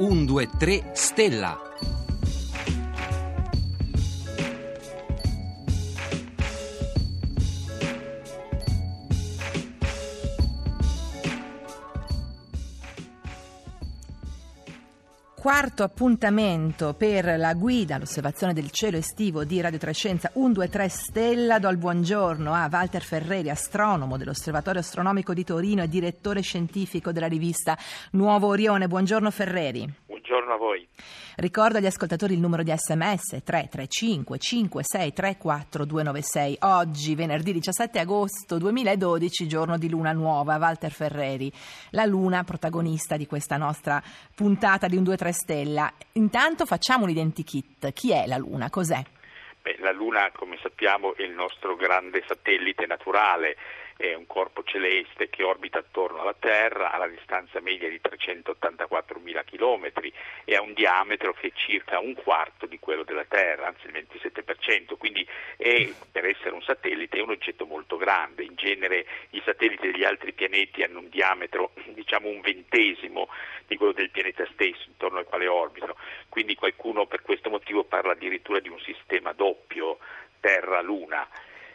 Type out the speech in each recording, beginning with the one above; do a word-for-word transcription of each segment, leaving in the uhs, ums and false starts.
uno due tre Stella. Quarto appuntamento per la guida all'osservazione del cielo estivo di Radio Trescenza uno due tre Stella. Do il buongiorno a Walter Ferreri, astronomo dell'Osservatorio Astronomico di Torino e direttore scientifico della rivista Nuovo Orione. Buongiorno Ferreri. Buongiorno a voi. Ricordo agli ascoltatori il numero di sms tre tre cinque cinque sei tre quattro due nove sei. Oggi, venerdì diciassette agosto duemiladodici, giorno di luna nuova. Walter Ferreri, la luna protagonista di questa nostra puntata di uno due tre Stella. Intanto facciamo un identikit. Chi è la luna? Cos'è? Beh, la luna, come sappiamo, è il nostro grande satellite naturale. È un corpo celeste che orbita attorno alla Terra alla distanza media di trecentottantaquattromila chilometri e ha un diametro che è circa un quarto di quello della Terra, anzi il ventisette per cento, quindi è, per essere un satellite, è un oggetto molto grande. In genere i satelliti degli altri pianeti hanno un diametro, diciamo un ventesimo di quello del pianeta stesso, intorno al quale orbitano, quindi qualcuno per questo motivo parla addirittura di un sistema doppio Terra-Luna.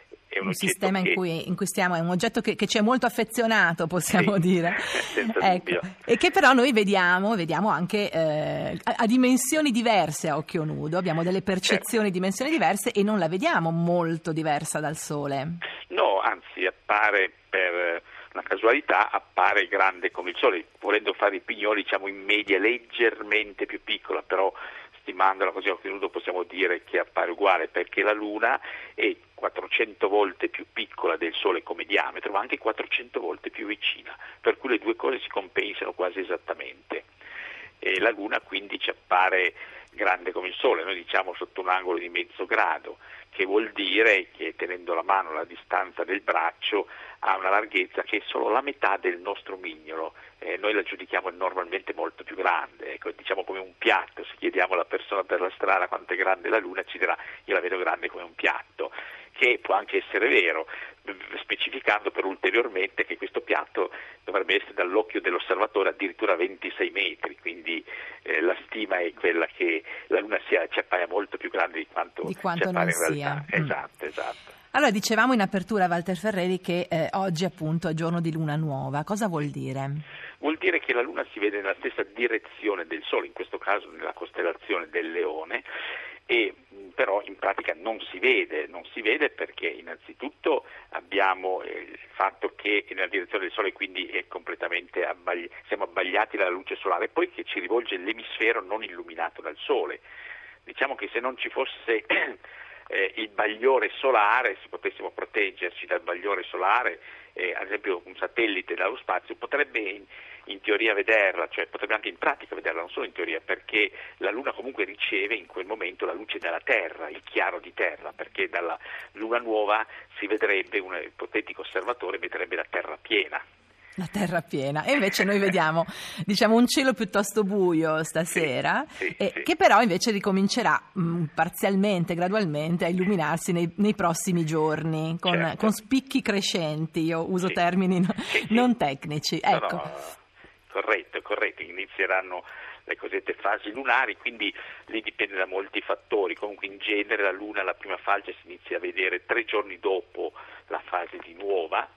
È un, un sistema che... in, cui, in cui stiamo, è un oggetto che, che ci è molto affezionato, possiamo sì, dire, senza ecco. dubbio. E che però noi vediamo, vediamo anche eh, a, a dimensioni diverse a occhio nudo, abbiamo delle percezioni certo. di dimensioni diverse e non la vediamo molto diversa dal Sole. No, anzi appare per una casualità, appare grande come il Sole, volendo fare i pignoli diciamo in media leggermente più piccola, però stimandola così a occhio nudo possiamo dire che appare uguale, perché la Luna è quattrocento volte più piccola del Sole come diametro, ma anche quattrocento volte più vicina, per cui le due cose si compensano quasi esattamente. E la Luna quindi ci appare grande come il Sole, noi diciamo sotto un angolo di mezzo grado, che vuol dire che tenendo la mano alla distanza del braccio ha una larghezza che è solo la metà del nostro mignolo. Eh, noi la giudichiamo normalmente molto più grande, ecco, diciamo come un piatto. Se chiediamo alla persona per la strada quanto è grande la Luna ci dirà io la vedo grande come un piatto, che può anche essere vero, specificando però ulteriormente che questo piatto dovrebbe essere dall'occhio dell'osservatore addirittura ventisei metri, quindi eh, la stima è quella che la Luna sia, ci appaia molto più grande di quanto, di quanto ci appare non in sia. realtà. Mm. Esatto, esatto. Allora, dicevamo in apertura, Walter Ferreri, che eh, oggi appunto è giorno di luna nuova. Cosa vuol dire? Vuol dire che la Luna si vede nella stessa direzione del Sole, in questo caso nella costellazione del Leone, e però in pratica non si vede, non si vede perché innanzitutto abbiamo eh, il fatto che è nella direzione del Sole, quindi è completamente abbagli- siamo abbagliati dalla luce solare, e poi che ci rivolge l'emisfero non illuminato dal Sole. Diciamo che se non ci fosse eh, il bagliore solare, se potessimo proteggerci dal bagliore solare, eh, ad esempio un satellite dallo spazio potrebbe in, in teoria vederla, cioè potrebbe anche in pratica vederla, non solo in teoria, perché la Luna comunque riceve in quel momento la luce dalla Terra, il chiaro di Terra, perché dalla Luna nuova si vedrebbe, un ipotetico osservatore vedrebbe la Terra piena. La terra piena, e invece noi vediamo diciamo un cielo piuttosto buio stasera, sì, sì, e sì. che però invece ricomincerà mh, parzialmente, gradualmente a illuminarsi nei, nei prossimi giorni con, certo. con spicchi crescenti. Io uso sì. termini no, sì, sì. non tecnici, no, ecco. no, corretto, corretto, inizieranno le cosiddette fasi lunari, quindi lì dipende da molti fattori. Comunque in genere la Luna, la prima fase si inizia a vedere tre giorni dopo la fase di nuova.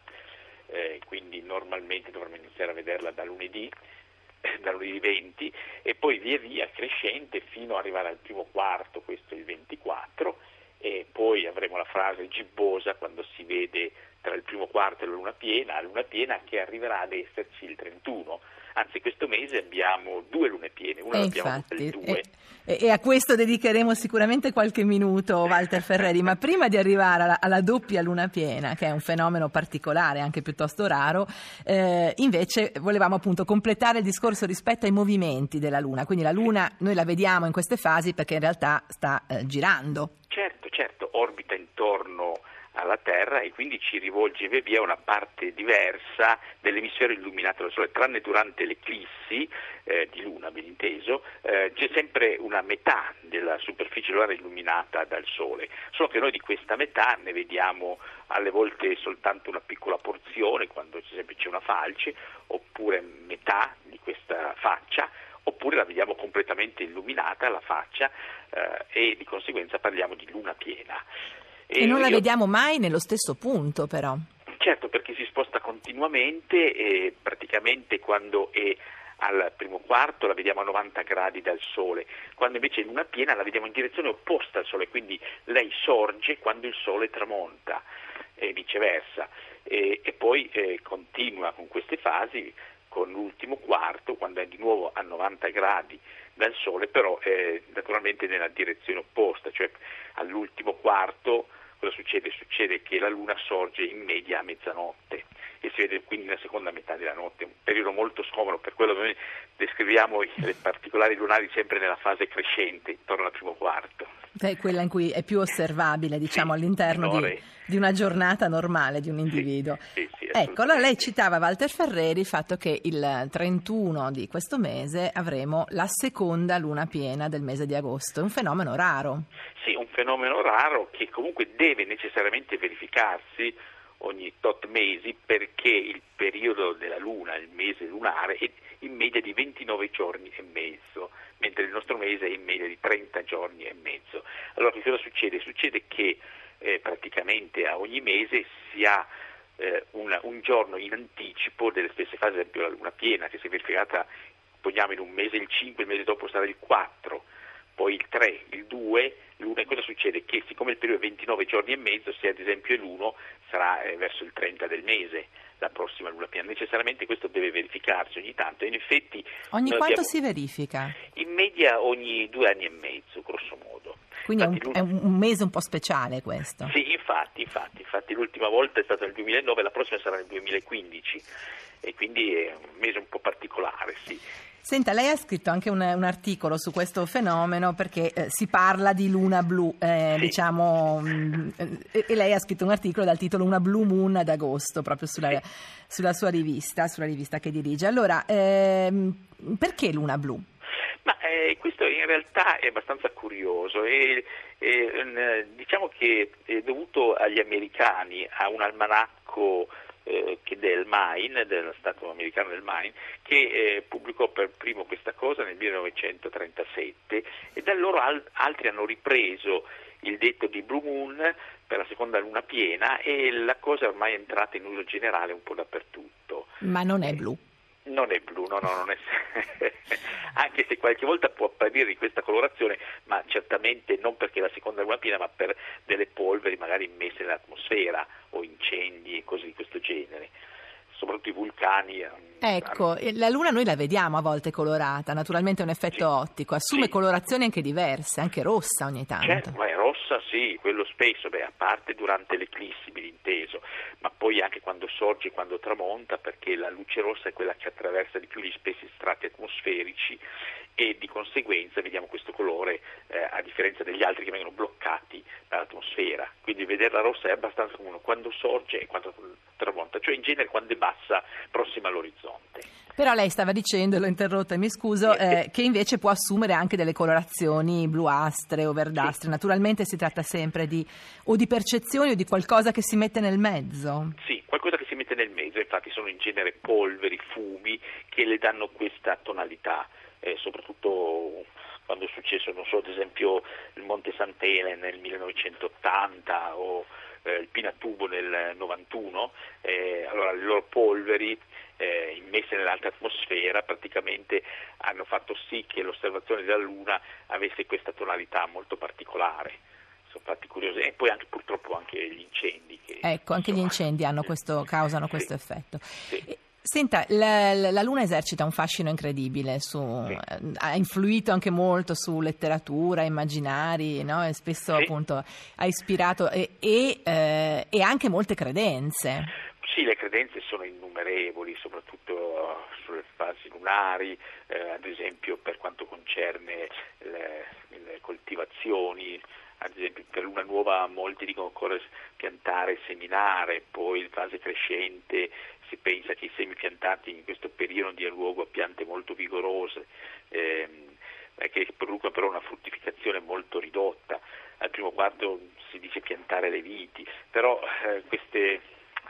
Eh, quindi normalmente dovremmo iniziare a vederla da lunedì, eh, da lunedì venti, e poi via via crescente fino ad arrivare al primo quarto, questo è il ventiquattro, e poi avremo la fase gibbosa quando si vede tra il primo quarto e la luna piena, la luna piena che arriverà ad esserci il trentuno. Anzi, questo mese abbiamo due lune piene, una E l'abbiamo infatti, il due. E, e a questo dedicheremo sicuramente qualche minuto, Walter Ferreri, ma prima di arrivare alla, alla doppia luna piena, che è un fenomeno particolare, anche piuttosto raro, eh, invece volevamo appunto completare il discorso rispetto ai movimenti della Luna. Quindi la Luna noi la vediamo in queste fasi perché in realtà sta eh, girando. Certo, certo, orbita intorno alla Terra e quindi ci rivolge via via una parte diversa dell'emisfero illuminato dal Sole, tranne durante l'eclissi eh, di Luna, ben inteso, eh, c'è sempre una metà della superficie lunare illuminata dal Sole, solo che noi di questa metà ne vediamo alle volte soltanto una piccola porzione, quando ad esempio c'è una falce, oppure metà di questa faccia, oppure la vediamo completamente illuminata la faccia eh, e di conseguenza parliamo di luna piena. E, e non io... la vediamo mai nello stesso punto però. Certo, perché si sposta continuamente e praticamente quando è al primo quarto la vediamo a novanta gradi dal Sole, quando invece in luna piena la vediamo in direzione opposta al Sole, quindi lei sorge quando il Sole tramonta e viceversa, e, e poi eh, continua con queste fasi con l'ultimo quarto quando è di nuovo a novanta gradi dal Sole, però eh, naturalmente nella direzione opposta, cioè all'ultimo quarto cosa succede? Succede che la Luna sorge in media a mezzanotte e si vede quindi nella seconda metà della notte, un periodo molto scomodo, per quello noi descriviamo i particolari lunari sempre nella fase crescente, intorno al primo quarto. È quella in cui è più osservabile, diciamo, sì, all'interno di, di una giornata normale di un individuo. Sì, sì, sì, ecco, allora lei citava Walter Ferreri il fatto che il trentuno di questo mese avremo la seconda luna piena del mese di agosto, è un fenomeno raro. Sì, un fenomeno raro che comunque deve necessariamente verificarsi ogni tot mesi, perché il periodo della luna, il mese lunare, è in media di ventinove giorni e mezzo, mentre il nostro mese è in media di trenta giorni e mezzo. Allora che cosa succede? Succede che eh, praticamente a ogni mese si ha eh, un, un giorno in anticipo delle stesse fasi, ad esempio la luna piena che si è verificata, poniamo in un mese il cinque, il mese dopo sarà il quattro, poi il tre, il due, l'uno, e cosa succede? Che siccome il periodo è ventinove giorni e mezzo, se ad esempio è l'uno sarà eh, verso il trenta del mese la prossima luna piena, necessariamente questo deve verificarsi ogni tanto, e in effetti ogni quanto abbiamo, si verifica? In media ogni due anni e mezzo, grosso modo. Quindi infatti, è, un, è un mese un po' speciale questo. Sì, infatti, infatti, infatti l'ultima volta è stata nel duemilanove, la prossima sarà nel duemilaquindici e quindi è un mese un po' particolare, sì. Senta, lei ha scritto anche un, un articolo su questo fenomeno perché eh, si parla di luna blu, eh, sì. diciamo, mh, e, e lei ha scritto un articolo dal titolo Una Blue Moon ad agosto, proprio sulla, sì. sulla sua rivista, sulla rivista che dirige. Allora, ehm, perché luna blu? Ma eh, questo in realtà è abbastanza curioso e, e diciamo che è dovuto agli americani, a un almanacco eh, che del Maine, dello Stato americano del Maine, che eh, pubblicò per primo questa cosa nel millenovecentotrentasette, e da allora al- altri hanno ripreso il detto di Blue Moon per la seconda luna piena, e la cosa ormai è entrata in uso generale un po' dappertutto. Ma non è blu? Non è blu, no, no, non è anche se qualche volta può apparire di questa colorazione, ma certamente non perché è la seconda luna piena, ma per delle polveri magari immesse nell'atmosfera o incendi e cose di questo genere. Soprattutto i vulcani. Ecco, hanno... la luna noi la vediamo a volte colorata, naturalmente è un effetto sì. ottico, assume sì. colorazioni anche diverse, anche rossa ogni tanto. Certo, ma è rossa sì, quello spesso, beh, a parte durante l'eclissi, ben inteso, ma poi anche quando sorge, quando tramonta, perché la luce rossa è quella che attraversa di più gli spessi strati atmosferici, e di conseguenza vediamo questo colore eh, a differenza degli altri che vengono bloccati dall'atmosfera. Quindi vederla rossa è abbastanza comune quando sorge e quando tramonta, cioè in genere quando è bassa, prossima all'orizzonte. Però lei stava dicendo, l'ho interrotta e mi scuso, eh, che invece può assumere anche delle colorazioni bluastre o verdastre. Sì. Naturalmente si tratta sempre di o di percezioni o di qualcosa che si mette nel mezzo. Sì, qualcosa che si mette nel mezzo, infatti sono in genere polveri, fumi che le danno questa tonalità, eh, soprattutto quando è successo, non so, ad esempio il Monte Sant'Elena nel millenovecentottanta o eh, il Pinatubo nel novantuno, eh, allora le loro polveri eh, immesse nell'alta atmosfera praticamente hanno fatto sì che l'osservazione della Luna avesse questa tonalità molto particolare. Sono fatti curiosi, e poi anche purtroppo anche gli incendi. Che, ecco, anche insomma, gli incendi hanno questo, causano sì, questo effetto. Sì. Senta, la, la Luna esercita un fascino incredibile, su, sì. ha influito anche molto su letteratura, immaginari, no? E spesso sì. appunto ha ispirato e, e, eh, e anche molte credenze. Sì, le credenze sono innumerevoli, soprattutto sulle fasi lunari, eh, ad esempio per quanto concerne le, le coltivazioni. Ad esempio per luna nuova molti dicono che occorre piantare e seminare, poi in fase crescente si pensa che i semi piantati in questo periodo dia luogo a piante molto vigorose, ehm, che producono però una fruttificazione molto ridotta. Al primo quarto si dice piantare le viti, però eh, queste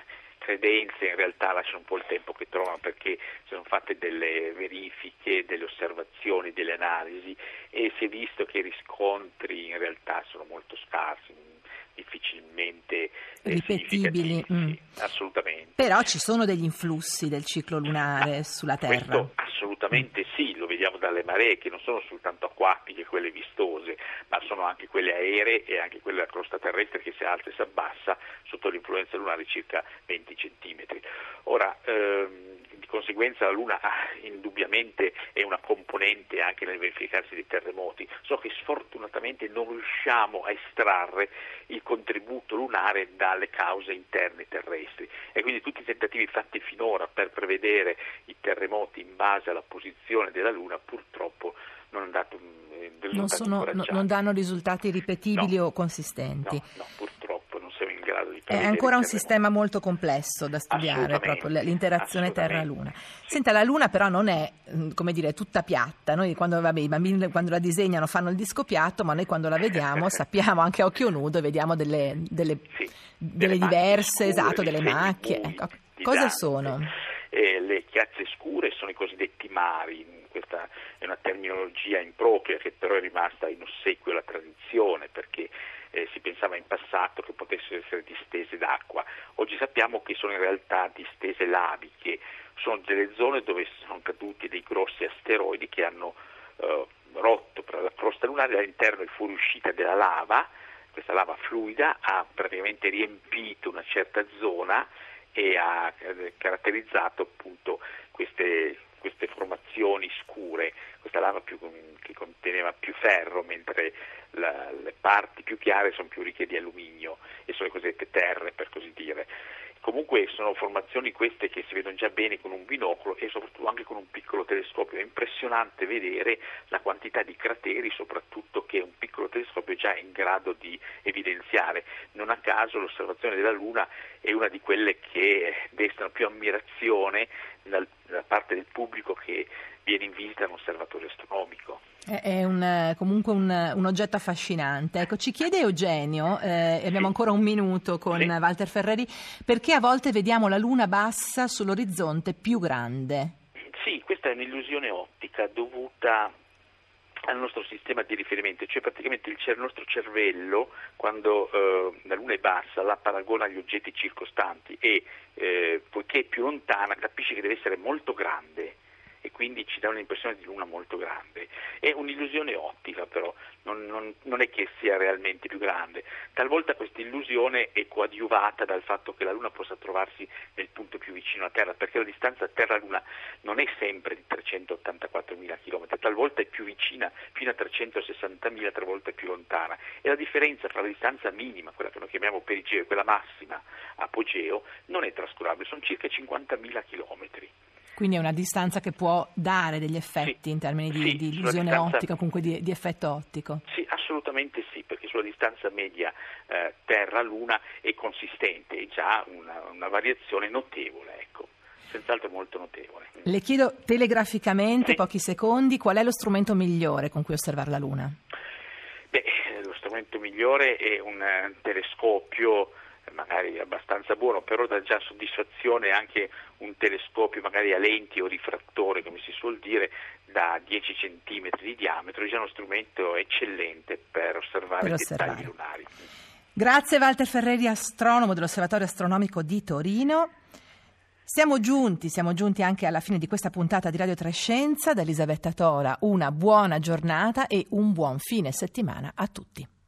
credenze in realtà lasciano un po' il tempo che trovano, perché sono fatte delle verifiche, delle osservazioni, delle analisi e si è visto che i riscontri in realtà sono molto scarsi, difficilmente ripetibili. Mm. Sì, assolutamente. Però ci sono degli influssi del ciclo lunare Ma sulla Terra. Questo assolutamente mm. sì, lo vediamo dalle maree, che non sono soltanto acquatiche, quelle vistose, ma sono anche quelle aeree e anche quelle della crosta terrestre che si alza e si abbassa sotto l'influenza lunare circa venti centimetri. Ora, ehm, di conseguenza la Luna ah, indubbiamente è una componente anche nel verificarsi dei terremoti, so che sfortunatamente non riusciamo a estrarre il contributo lunare dalle cause interne terrestri e quindi tutti i tentativi fatti finora per prevedere i terremoti in base alla posizione della Luna purtroppo non hanno dato eh, non, sono, no, non danno risultati ripetibili no, o consistenti. No, no, purtroppo non siamo in grado di prevedere. È ancora un sistema molto complesso da studiare, proprio l'interazione Terra-Luna. Sì. Senta, la Luna però non è, come dire, tutta piatta. Noi quando vabbè, i bambini quando la disegnano fanno il disco piatto, ma noi quando la vediamo sappiamo anche a occhio nudo e vediamo delle, delle, sì, delle, delle diverse, scure, esatto, delle macchie. Ecco, cosa sono? Eh, le chiazze scure sono i cosiddetti mari. Questa è una terminologia impropria che però è rimasta in ossequio alla tradizione, perché eh, si pensava in passato che potessero essere distese d'acqua. Oggi sappiamo che sono in realtà distese laviche, sono delle zone dove sono caduti dei grossi asteroidi che hanno eh, rotto per la crosta lunare, all'interno è fuoriuscita della lava, questa lava fluida ha praticamente riempito una certa zona e ha eh, caratterizzato appunto queste queste formazioni scure, questa lava più, che conteneva più ferro, mentre la, le parti più chiare sono più ricche di alluminio e sono le cosiddette terre, per così dire. Comunque sono formazioni queste che si vedono già bene con un binocolo e soprattutto anche con un piccolo telescopio. È impressionante vedere la quantità di crateri, soprattutto che un piccolo telescopio è già in grado di evidenziare. Non a caso l'osservazione della Luna è una di quelle che destano più ammirazione da parte del pubblico che viene in visita a un osservatorio astronomico. È un, comunque un, un oggetto affascinante. Ecco, ci chiede Eugenio, eh, abbiamo sì. ancora un minuto con sì. Walter Ferreri, perché a volte vediamo la Luna bassa sull'orizzonte più grande? Sì, questa è un'illusione ottica dovuta al nostro sistema di riferimento, cioè praticamente il, cer- il nostro cervello quando eh, la Luna è bassa la paragona agli oggetti circostanti e eh, poiché è più lontana capisce che deve essere molto grande e quindi ci dà un'impressione di Luna molto grande. È un'illusione ottica però, non, non, non è che sia realmente più grande. Talvolta questa illusione è coadiuvata dal fatto che la Luna possa trovarsi nel punto più vicino a Terra, perché la distanza Terra-Luna non è sempre di trecentottantaquattromila chilometri, talvolta è più vicina fino a trecentosessantamila, talvolta è più lontana. E la differenza tra la distanza minima, quella che noi chiamiamo perigeo, e quella massima, apogeo, non è trascurabile, sono circa cinquantamila chilometri. Quindi è una distanza che può dare degli effetti sì, in termini di, sì, di illusione distanza, ottica, comunque di, di effetto ottico? Sì, assolutamente sì, perché sulla distanza media eh, Terra-Luna è consistente, è già una, una variazione notevole, ecco, senz'altro molto notevole. Le chiedo telegraficamente, sì. pochi secondi, qual è lo strumento migliore con cui osservare la Luna? Beh, lo strumento migliore è un uh, telescopio magari abbastanza buono, però dà già soddisfazione anche un telescopio magari a lenti o rifrattore, come si suol dire, da dieci centimetri di diametro, è già uno strumento eccellente per osservare per i osservare. dettagli lunari. Grazie Walter Ferreri, astronomo dell'Osservatorio Astronomico di Torino. Siamo giunti, siamo giunti anche alla fine di questa puntata di Radio tre Scienza. Da Elisabetta Tora una buona giornata e un buon fine settimana a tutti.